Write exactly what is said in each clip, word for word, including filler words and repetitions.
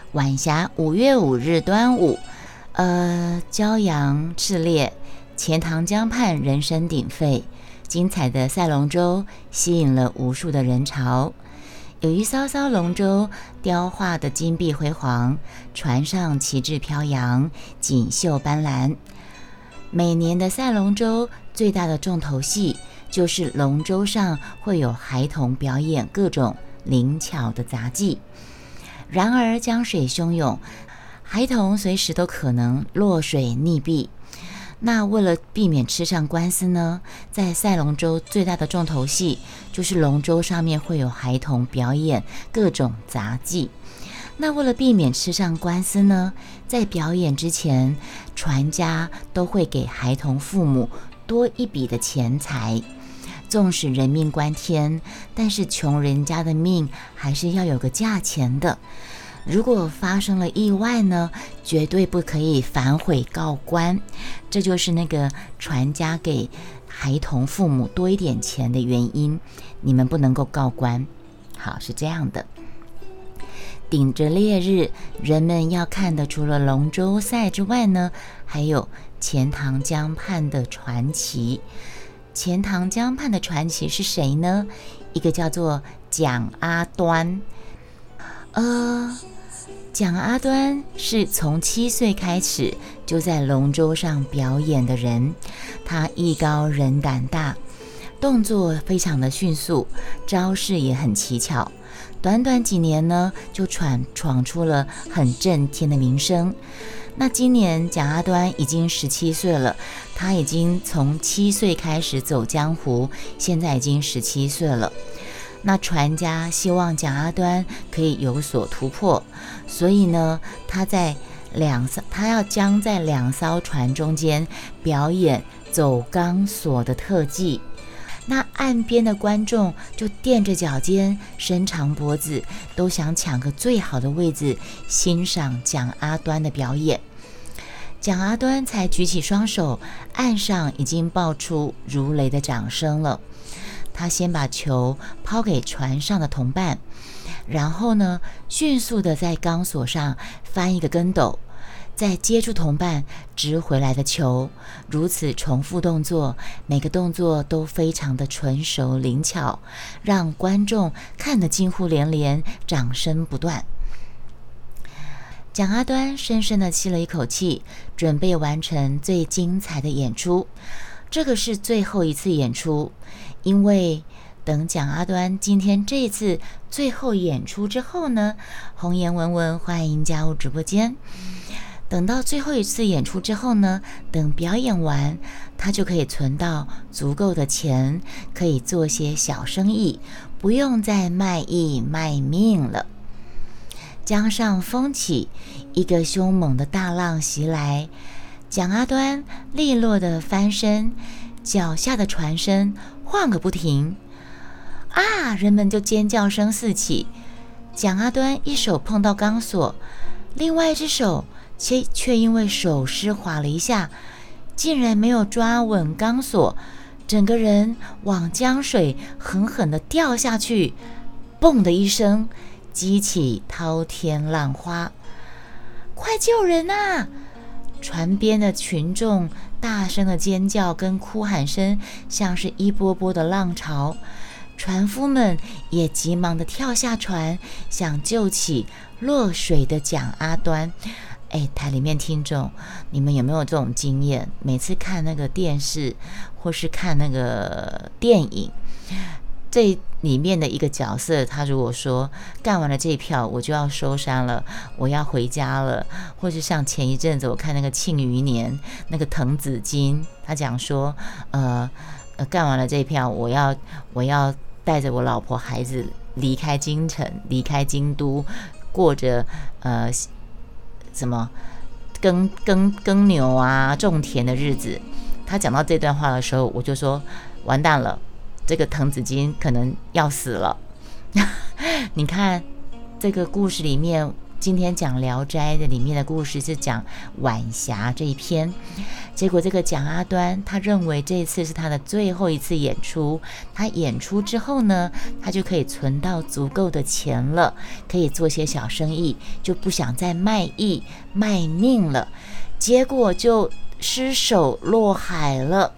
晚霞五月五日端午，呃，骄阳炽烈，钱塘江畔人声鼎沸，精彩的赛龙舟吸引了无数的人潮。有一艘艘龙舟雕画的金碧辉煌，船上旗帜飘扬，锦绣斑斓。每年的赛龙舟最大的重头戏就是龙舟上会有孩童表演各种灵巧的杂技。然而江水汹涌，孩童随时都可能落水溺毙。那为了避免吃上官司呢，在赛龙舟最大的重头戏就是龙舟上面会有孩童表演各种杂技。那为了避免吃上官司呢，在表演之前，船家都会给孩童父母多一笔的钱财。纵使人命关天，但是穷人家的命还是要有个价钱的。如果发生了意外呢，绝对不可以反悔告官。这就是那个船家给孩童父母多一点钱的原因，你们不能够告官。好，是这样的。顶着烈日，人们要看的除了龙舟赛之外呢，还有钱塘江畔的传奇。钱塘江畔的传奇是谁呢？一个叫做蒋阿端。呃，蒋阿端是从七岁开始就在龙舟上表演的人，他艺高人胆大，动作非常的迅速，招式也很奇巧。短短几年呢，就闯闯出了很震天的名声。那今年蒋阿端已经十七岁了，他已经从七岁开始走江湖，现在已经十七岁了。那船家希望蒋阿端可以有所突破，所以呢，他在两他要将在两艘船中间表演走钢索的特技。那岸边的观众就垫着脚尖，伸长脖子，都想抢个最好的位置，欣赏蒋阿端的表演。蒋阿端才举起双手，岸上已经爆出如雷的掌声了。他先把球抛给船上的同伴，然后呢，迅速的在钢索上翻一个跟斗，再接住同伴直回来的球，如此重复动作，每个动作都非常的纯熟灵巧，让观众看得惊呼连连，掌声不断。蒋阿端深深地吸了一口气，准备完成最精彩的演出。这个是最后一次演出，因为等蒋阿端今天这一次最后演出之后呢，红颜文文欢迎加入直播间。等到最后一次演出之后呢，等表演完，他就可以存到足够的钱，可以做些小生意，不用再卖艺卖命了。江上风起，一个凶猛的大浪袭来，蒋阿端利落的翻身，脚下的船身晃个不停。啊！人们就尖叫声四起。蒋阿端一手碰到钢索，另外一只手却却因为手湿滑了一下，竟然没有抓稳钢索，整个人往江水狠狠地掉下去，嘣的一声，激起滔天浪花。快救人啊！船边的群众大声的尖叫跟哭喊声，像是一波波的浪潮。船夫们也急忙的跳下船，想救起落水的蒋阿端。哎，台里面听众，你们有没有这种经验？每次看那个电视或是看那个电影，这里面的一个角色，他如果说干完了这一票我就要收山了，我要回家了，或是像前一阵子我看那个《庆余年》，那个滕子京，他讲说，呃呃，干完了这一票，我要我要带着我老婆孩子离开京城，离开京都，过着呃什么耕耕耕牛啊、种田的日子。他讲到这段话的时候，我就说完蛋了，这个滕子京可能要死了。你看这个故事里面今天讲《聊斋》的里面的故事是讲晚霞这一篇，结果这个蒋阿端他认为这一次是他的最后一次演出，他演出之后呢，他就可以存到足够的钱了，可以做些小生意，就不想再卖艺卖命了，结果就失手落海了，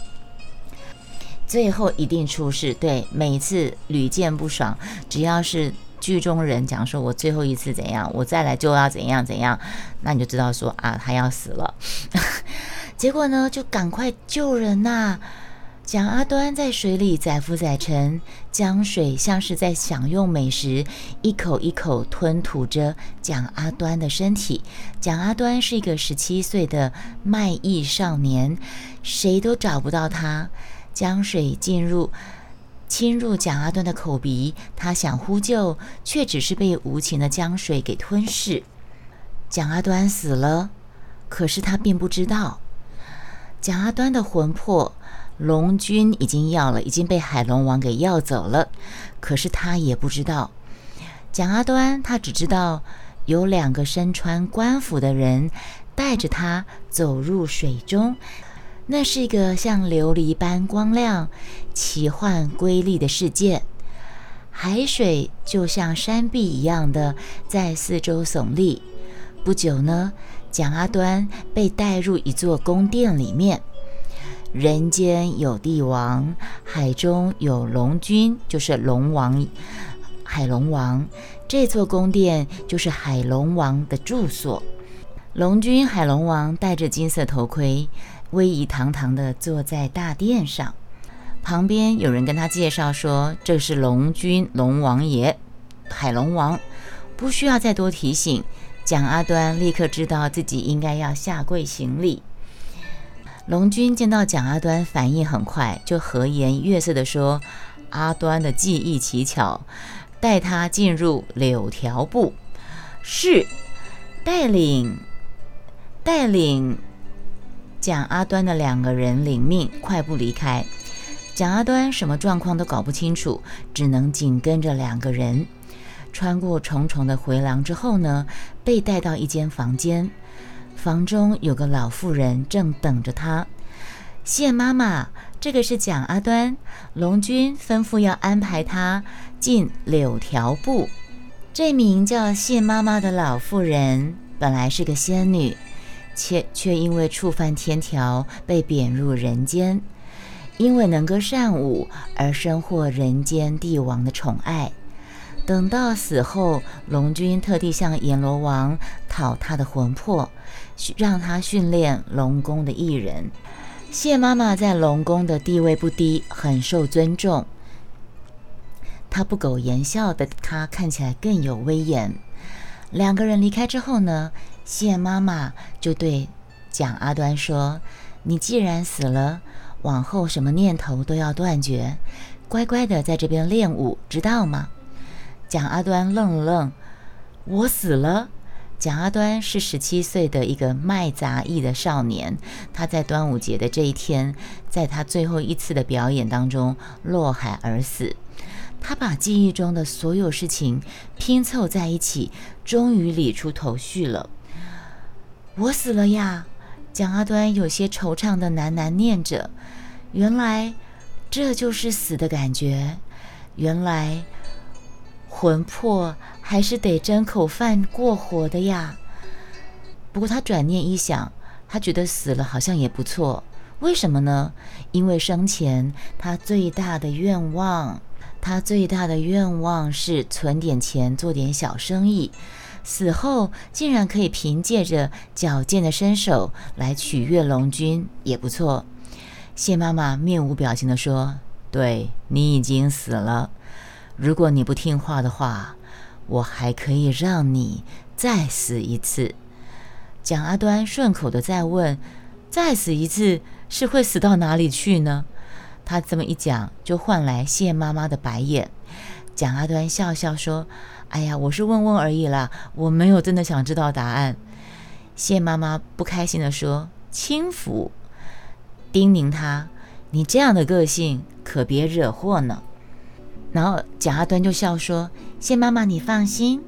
最后一定出事。对，每一次屡见不爽，只要是剧中人讲说我最后一次怎样，我再来就要怎样怎样，那你就知道说啊，他要死了。结果呢，就赶快救人呐、啊！蒋阿端在水里载浮载沉，江水像是在享用美食，一口一口吞吐着蒋阿端的身体。蒋阿端是一个十七岁的卖艺少年，谁都找不到他。江水进入侵入蒋阿端的口鼻，他想呼救，却只是被无情的江水给吞噬。蒋阿端死了，可是他并不知道，蒋阿端的魂魄龙君已经要了，已经被海龙王给要走了，可是他也不知道。蒋阿端他只知道有两个身穿官服的人带着他走入水中，那是一个像琉璃般光亮、奇幻瑰丽的世界。海水就像山壁一样的在四周耸立。不久呢，蒋阿端被带入一座宫殿里面。人间有帝王，海中有龙君，就是龙王，海龙王。这座宫殿就是海龙王的住所。龙君海龙王戴着金色头盔，威仪堂堂地坐在大殿上，旁边有人跟他介绍说，这是龙君龙王爷海龙王。不需要再多提醒，蒋阿端立刻知道自己应该要下跪行礼。龙君见到蒋阿端反应很快，就和颜悦色地说，阿端的技艺奇巧，带他进入柳条部。是，带领带领蒋阿端的两个人领命，快步离开。蒋阿端什么状况都搞不清楚，只能紧跟着两个人。穿过重重的回廊之后呢，被带到一间房间，房中有个老妇人正等着他。谢妈妈，这个是蒋阿端，龙君吩咐要安排他进柳条部。这名叫谢妈妈的老妇人本来是个仙女，却却因为触犯天条被贬入人间，因为能歌善舞而深获人间帝王的宠爱。等到死后，龙君特地向阎罗王讨他的魂魄，让他训练龙宫的艺人。谢妈妈在龙宫的地位不低，很受尊重。她不苟言笑的她看起来更有威严。两个人离开之后呢，谢妈妈就对蒋阿端说，你既然死了，往后什么念头都要断绝，乖乖的在这边练武，知道吗？蒋阿端愣了愣，我死了？蒋阿端是十七岁的一个卖杂艺的少年，他在端午节的这一天，在他最后一次的表演当中落海而死。他把记忆中的所有事情拼凑在一起，终于理出头绪了。我死了呀！蒋阿端有些惆怅的喃喃念着，原来这就是死的感觉，原来魂魄还是得争口饭过活的呀。不过他转念一想，他觉得死了好像也不错。为什么呢？因为生前他最大的愿望，他最大的愿望是存点钱做点小生意，死后竟然可以凭借着矫健的身手来取悦龙君，也不错。谢妈妈面无表情地说，对，你已经死了，如果你不听话的话，我还可以让你再死一次。蒋阿端顺口的再问，再死一次是会死到哪里去呢？他这么一讲，就换来谢妈妈的白眼。蒋阿端笑笑说，哎呀，我是问问而已啦，我没有真的想知道答案。谢妈妈不开心的说，轻浮，叮咛他，你这样的个性可别惹祸呢。然后蒋阿端就笑说，谢妈妈你放心，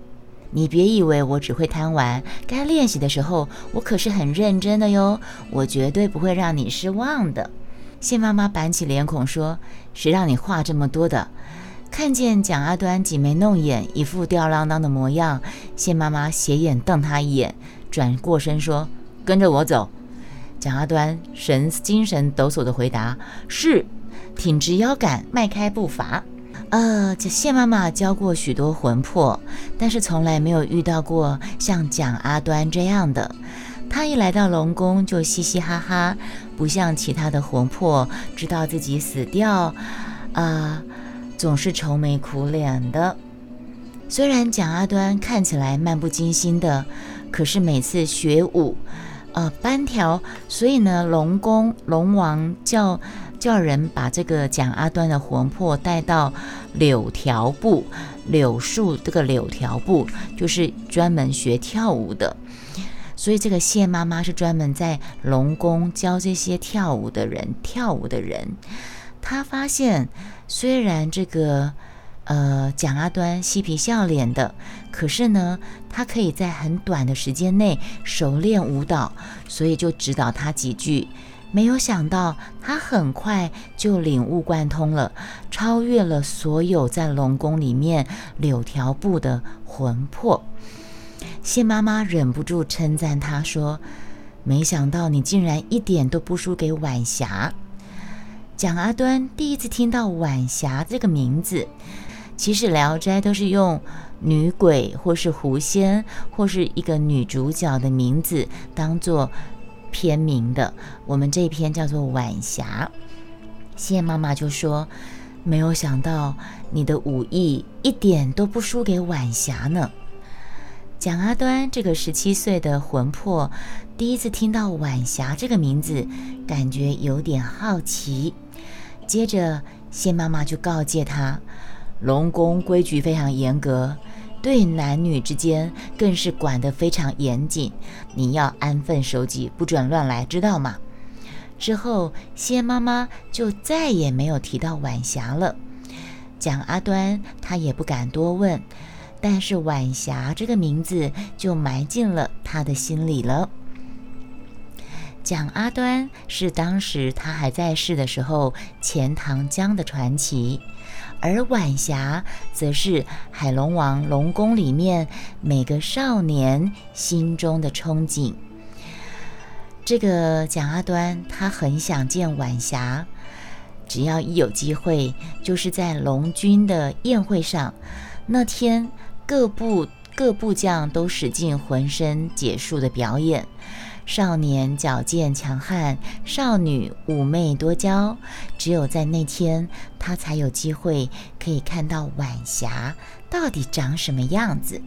你别以为我只会贪玩，该练习的时候我可是很认真的哟，我绝对不会让你失望的。谢妈妈板起脸孔说，谁让你话这么多的？看见蒋阿端挤眉弄眼，一副吊儿郎当的模样，谢妈妈斜眼瞪他一眼，转过身说，跟着我走。蒋阿端神精神抖擞的回答，是，挺直腰杆，迈开步伐。呃，这谢妈妈教过许多魂魄，但是从来没有遇到过像蒋阿端这样的。他一来到龙宫就嘻嘻哈哈，不像其他的魂魄知道自己死掉啊、呃，总是愁眉苦脸的。虽然蒋阿端看起来漫不经心的，可是每次学武呃班条，所以呢龙宫龙王叫叫人把这个蒋阿端的魂魄带到柳条部，柳树这个柳条部就是专门学跳舞的，所以这个谢妈妈是专门在龙宫教这些跳舞的人跳舞的人。她发现虽然这个呃蒋阿端嬉皮笑脸的，可是呢他可以在很短的时间内熟练舞蹈，所以就指导他几句。没有想到他很快就领悟贯通了，超越了所有在龙宫里面柳条部的魂魄。谢妈妈忍不住称赞他说，没想到你竟然一点都不输给晚霞。蒋阿端第一次听到晚霞这个名字，其实聊斋都是用女鬼或是狐仙或是一个女主角的名字当做篇名的，我们这一篇叫做晚霞。谢妈妈就说，没有想到你的武艺一点都不输给晚霞呢。蒋阿端这个十七岁的魂魄第一次听到晚霞这个名字，感觉有点好奇。接着谢妈妈就告诫他，龙宫规矩非常严格，对男女之间更是管得非常严谨，你要安分守己，不准乱来，知道吗？之后谢妈妈就再也没有提到晚霞了。蒋阿端他也不敢多问，但是晚霞这个名字就埋进了他的心里了。蒋阿端是当时他还在世的时候钱塘江的传奇，而晚霞则是海龙王龙宫里面每个少年心中的憧憬。这个蒋阿端他很想见晚霞，只要一有机会，就是在龙君的宴会上，那天各部各部将都使尽浑身解数的表演，少年矫健强悍，少女妩媚多娇，只有在那天他才有机会可以看到晚霞到底长什么样子。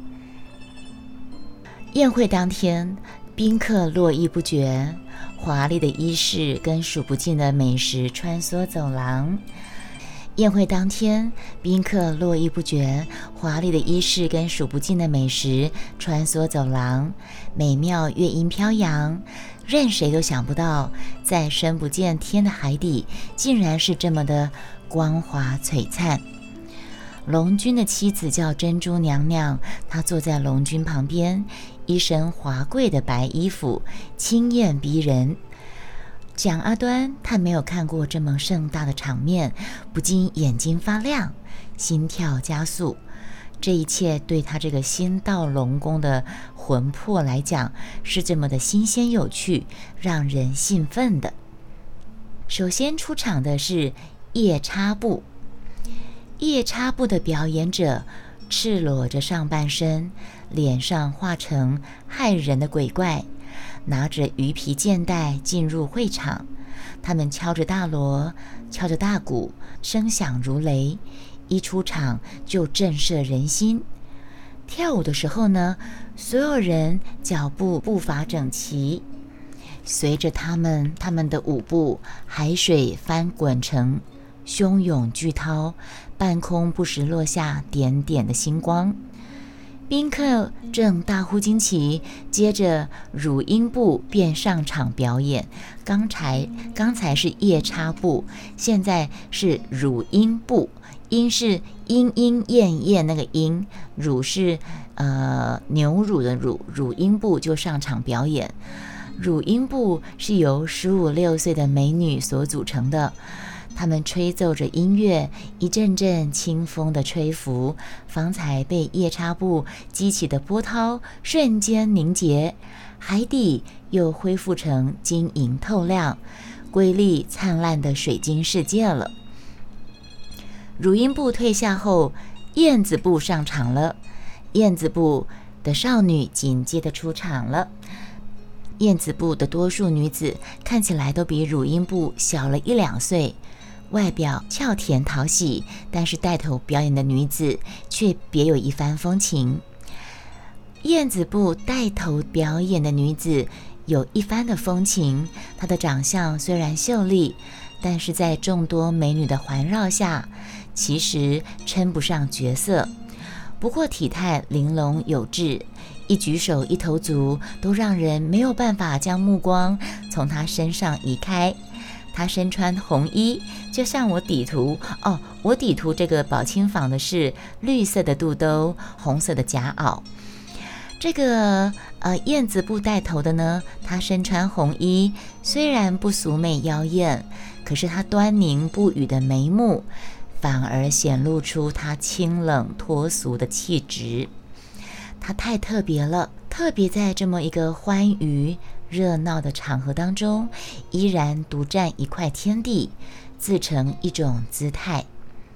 宴会当天，宾客络绎不绝，华丽的衣饰跟数不尽的美食穿梭走廊。宴会当天，宾客络绎不绝，华丽的衣饰跟数不尽的美食穿梭走廊，美妙乐音飘扬，任谁都想不到，在深不见天的海底，竟然是这么的光华璀璨。龙君的妻子叫珍珠娘娘，她坐在龙君旁边，一身华贵的白衣服，清艳逼人。蒋阿端他没有看过这么盛大的场面，不禁眼睛发亮，心跳加速。这一切对他这个新到龙宫的魂魄来讲，是这么的新鲜有趣，让人兴奋的。首先出场的是夜叉部。夜叉部的表演者赤裸着上半身，脸上画成害人的鬼怪，拿着鱼皮剑带进入会场。他们敲着大锣，敲着大鼓，声响如雷，一出场就震慑人心。跳舞的时候呢，所有人脚步步伐整齐，随着他们他们的舞步，海水翻滚成汹涌巨涛，半空不时落下点点的星光。宾客正大呼惊奇，接着乳音部便上场表演。刚才刚才是夜叉部，现在是乳音部。音是莺莺燕燕那个音，乳是呃牛乳的乳乳音部就上场表演。乳音部是由十五六岁的美女所组成的，她们吹奏着音乐，一阵阵清风的吹拂，方才被夜叉部激起的波涛瞬间凝结，海底又恢复成晶莹透亮、瑰丽灿烂的水晶世界了。乳音部退下后，燕子部上场了，燕子部的少女紧接着出场了。燕子部的多数女子看起来都比乳音部小了一两岁，外表俏甜讨喜，但是带头表演的女子却别有一番风情。燕子部带头表演的女子有一番的风情，她的长相虽然秀丽，但是在众多美女的环绕下，其实称不上绝色。不过体态玲珑有致，一举手一投足都让人没有办法将目光从她身上移开。她身穿红衣，就像我底图哦，我底图这个宝清坊的是绿色的肚兜，红色的夹袄。这个呃燕子部带头的呢，她身穿红衣，虽然不俗媚妖艳，可是她端凝不语的眉目反而显露出她清冷脱俗的气质。她太特别了，特别在这么一个欢愉热闹的场合当中，依然独占一块天地，自成一种姿态。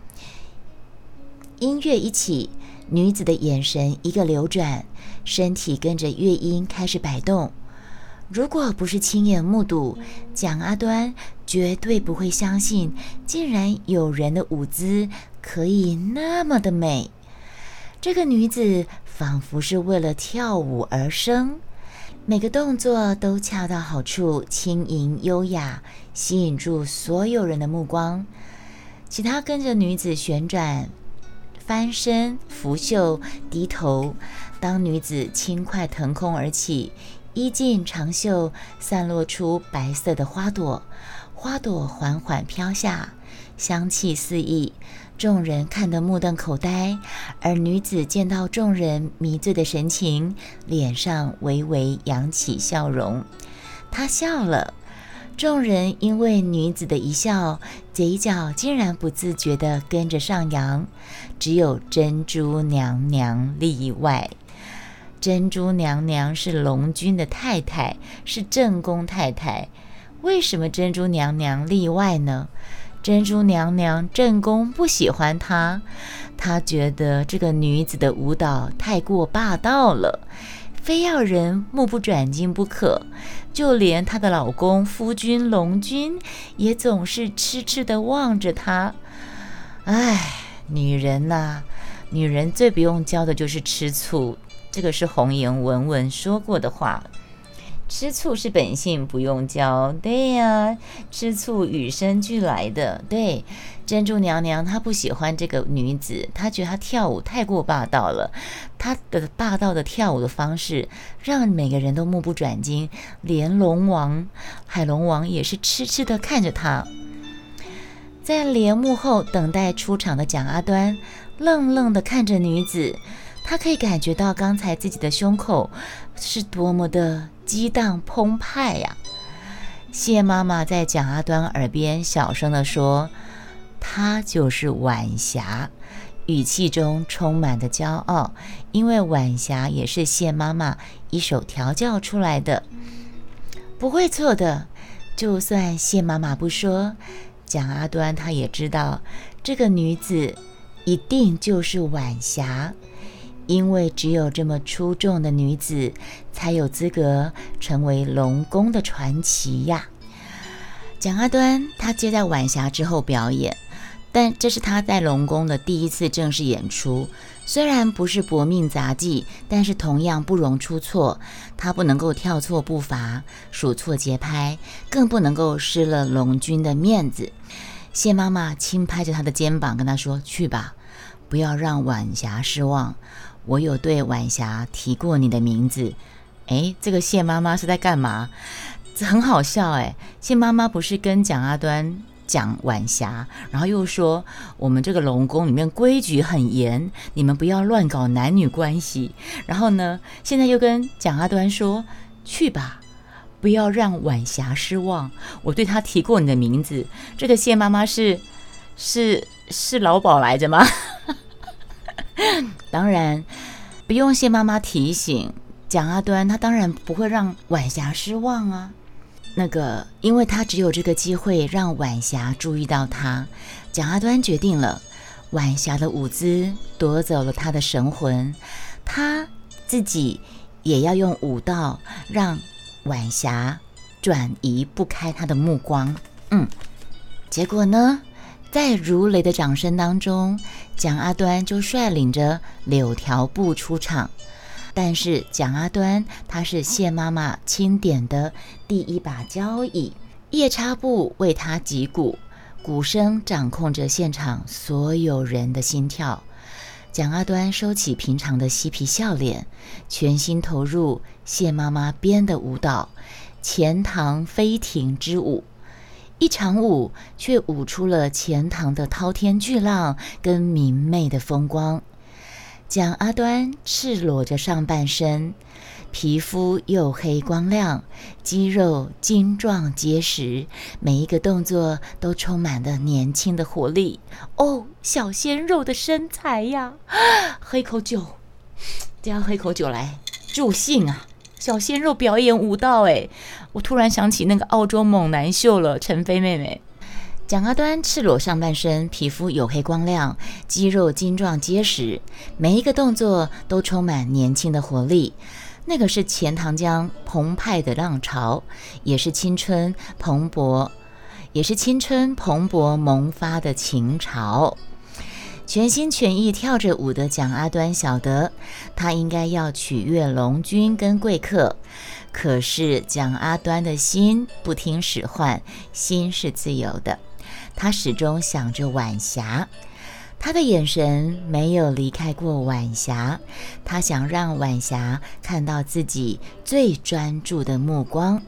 音乐一起，女子的眼神一个流转，身体跟着乐音开始摆动。如果不是亲眼目睹，蒋阿端绝对不会相信，竟然有人的舞姿可以那么的美。这个女子仿佛是为了跳舞而生，每个动作都恰到好处，轻盈优雅，吸引住所有人的目光。其他跟着女子旋转、翻身、拂袖、低头，当女子轻快腾空而起，衣襟长袖散落出白色的花朵，花朵缓缓飘下，香气四溢，众人看得目瞪口呆。而女子见到众人迷醉的神情，脸上微微扬起笑容，她笑了。众人因为女子的一笑，嘴角竟然不自觉地跟着上扬，只有珍珠娘娘例外。珍珠娘娘是龙君的太太，是正宫太太。为什么珍珠娘娘例外呢？珍珠娘娘正宫不喜欢她，她觉得这个女子的舞蹈太过霸道了，非要人目不转睛不可。就连她的老公夫君龙君也总是痴痴地望着她。唉，女人呐、啊，女人最不用教的就是吃醋。这个是红颜文文说过的话，吃醋是本性，不用教。对呀，吃醋与生俱来的。对，珍珠娘娘她不喜欢这个女子，她觉得她跳舞太过霸道了，她的霸道的跳舞的方式让每个人都目不转睛，连龙王海龙王也是痴痴地看着她。在帘幕后等待出场的蒋阿端愣愣地看着女子，他可以感觉到刚才自己的胸口是多么的激荡澎湃呀、啊！谢妈妈在蒋阿端耳边小声地说：“她就是晚霞。”语气中充满着骄傲，因为晚霞也是谢妈妈一手调教出来的。不会错的，就算谢妈妈不说，蒋阿端他也知道这个女子一定就是晚霞。因为只有这么出众的女子，才有资格成为龙宫的传奇呀。蒋阿端他接在晚霞之后表演，但这是他在龙宫的第一次正式演出。虽然不是搏命杂技，但是同样不容出错。他不能够跳错步伐，数错节拍，更不能够失了龙君的面子。谢妈妈轻拍着他的肩膀，跟他说：“去吧，不要让晚霞失望。我有对晚霞提过你的名字。”诶，这个谢妈妈是在干嘛？很好笑诶。谢妈妈不是跟蒋阿端讲晚霞，然后又说我们这个龙宫里面规矩很严，你们不要乱搞男女关系。然后呢，现在又跟蒋阿端说，去吧，不要让晚霞失望，我对她提过你的名字。这个谢妈妈是是是老鸨来着吗？当然不用谢妈妈提醒，蒋阿端他当然不会让晚霞失望啊。那个，因为他只有这个机会让晚霞注意到他，蒋阿端决定了，晚霞的舞姿夺走了他的神魂，他自己也要用舞蹈让晚霞转移不开他的目光。嗯，结果呢，在如雷的掌声当中，蒋阿端就率领着柳条布出场。但是蒋阿端他是谢妈妈钦点的第一把交椅，夜叉部为他击鼓，鼓声掌控着现场所有人的心跳。蒋阿端收起平常的嬉皮笑脸，全心投入谢妈妈编的舞蹈钱塘飞亭之舞。一场舞却舞出了钱塘的滔天巨浪跟明媚的风光。蒋阿端赤裸着上半身，皮肤黝黑光亮，肌肉精壮结实，每一个动作都充满了年轻的活力。哦，小鲜肉的身材呀！喝一口酒，这样喝一口酒来助兴啊！小鲜肉表演舞蹈，哎，我突然想起那个澳洲猛男秀了，陈飞妹妹。蒋阿端赤裸上半身，皮肤黝黑光亮，肌肉精壮结实，每一个动作都充满年轻的活力。那个是钱塘江澎湃的浪潮，也是青春蓬勃，也是青春蓬勃萌发的情潮。全心全意跳着舞的蒋阿端晓得，他应该要取悦龙君跟贵客。可是蒋阿端的心不听使唤，心是自由的。他始终想着晚霞，他的眼神没有离开过晚霞，他想让晚霞看到自己最专注的目光。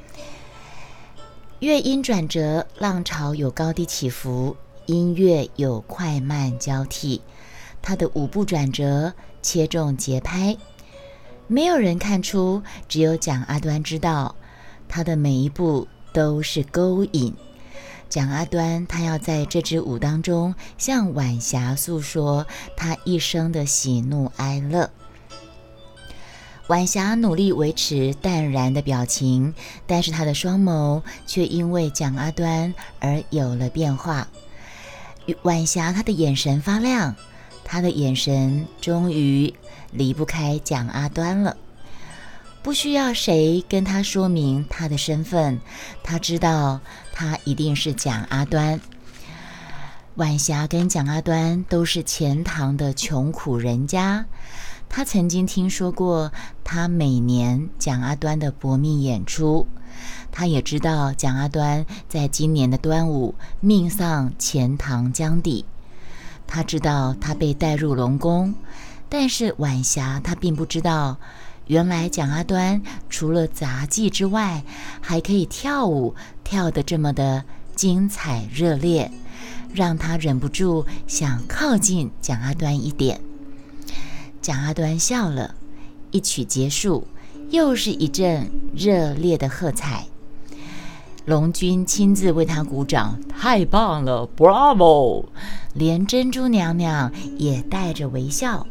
乐音转折，浪潮有高低起伏，音乐有快慢交替，他的舞步转折切中节拍，没有人看出，只有蒋阿端知道，他的每一步都是勾引。蒋阿端他要在这支舞当中向晚霞诉说他一生的喜怒哀乐。晚霞努力维持淡然的表情，但是他的双眸却因为蒋阿端而有了变化。晚霞他的眼神发亮，他的眼神终于离不开蒋阿端了。不需要谁跟他说明他的身份，他知道他一定是蒋阿端。晚霞跟蒋阿端都是钱塘的穷苦人家，他曾经听说过他每年蒋阿端的搏命演出，他也知道蒋阿端在今年的端午命丧钱塘江底。他知道他被带入龙宫，但是晚霞他并不知道，原来蒋阿端除了杂技之外，还可以跳舞，跳得这么的精彩热烈，让他忍不住想靠近蒋阿端一点。蒋阿端笑了，一曲结束，又是一阵热烈的喝彩。龙君亲自为他鼓掌，太棒了 ，Bravo！ 连珍珠娘娘也带着微笑。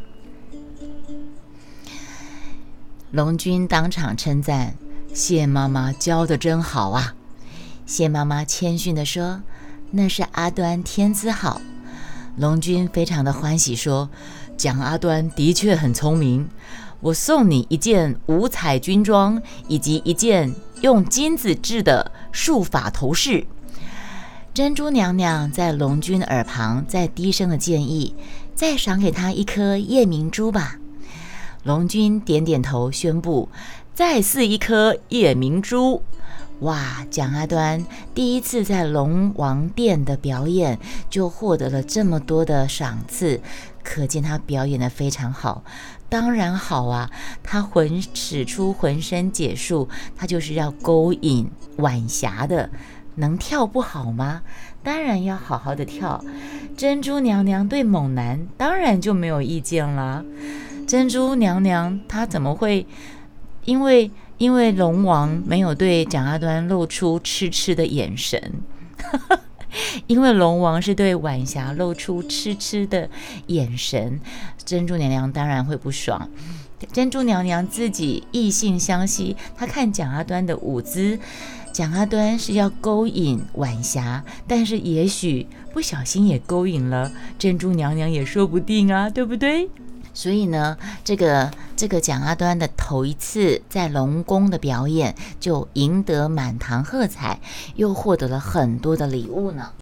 龙君当场称赞谢妈妈教得真好啊。谢妈妈谦逊地说，那是阿端天资好。龙君非常的欢喜说，蒋阿端的确很聪明，我送你一件五彩军装，以及一件用金子制的束发头饰。珍珠娘娘在龙君耳旁再低声的建议，再赏给他一颗夜明珠吧。龙君点点头，宣布再赐一颗夜明珠。哇，蒋阿端第一次在龙王殿的表演就获得了这么多的赏赐，可见他表演得非常好。当然好啊，他浑使出浑身解数，他就是要勾引晚霞的。 能跳不好吗？当然要好好的跳。珍珠娘娘对猛男当然就没有意见啦。珍珠娘娘她怎么会因为因为龙王没有对蒋阿端露出痴痴的眼神因为龙王是对晚霞露出痴痴的眼神，珍珠娘娘当然会不爽。珍珠娘娘自己异性相吸，她看蒋阿端的舞姿，蒋阿端是要勾引晚霞，但是也许不小心也勾引了珍珠娘娘也说不定啊，对不对？所以呢，这个这个蒋阿端的头一次在龙宫的表演，就赢得满堂喝彩，又获得了很多的礼物呢。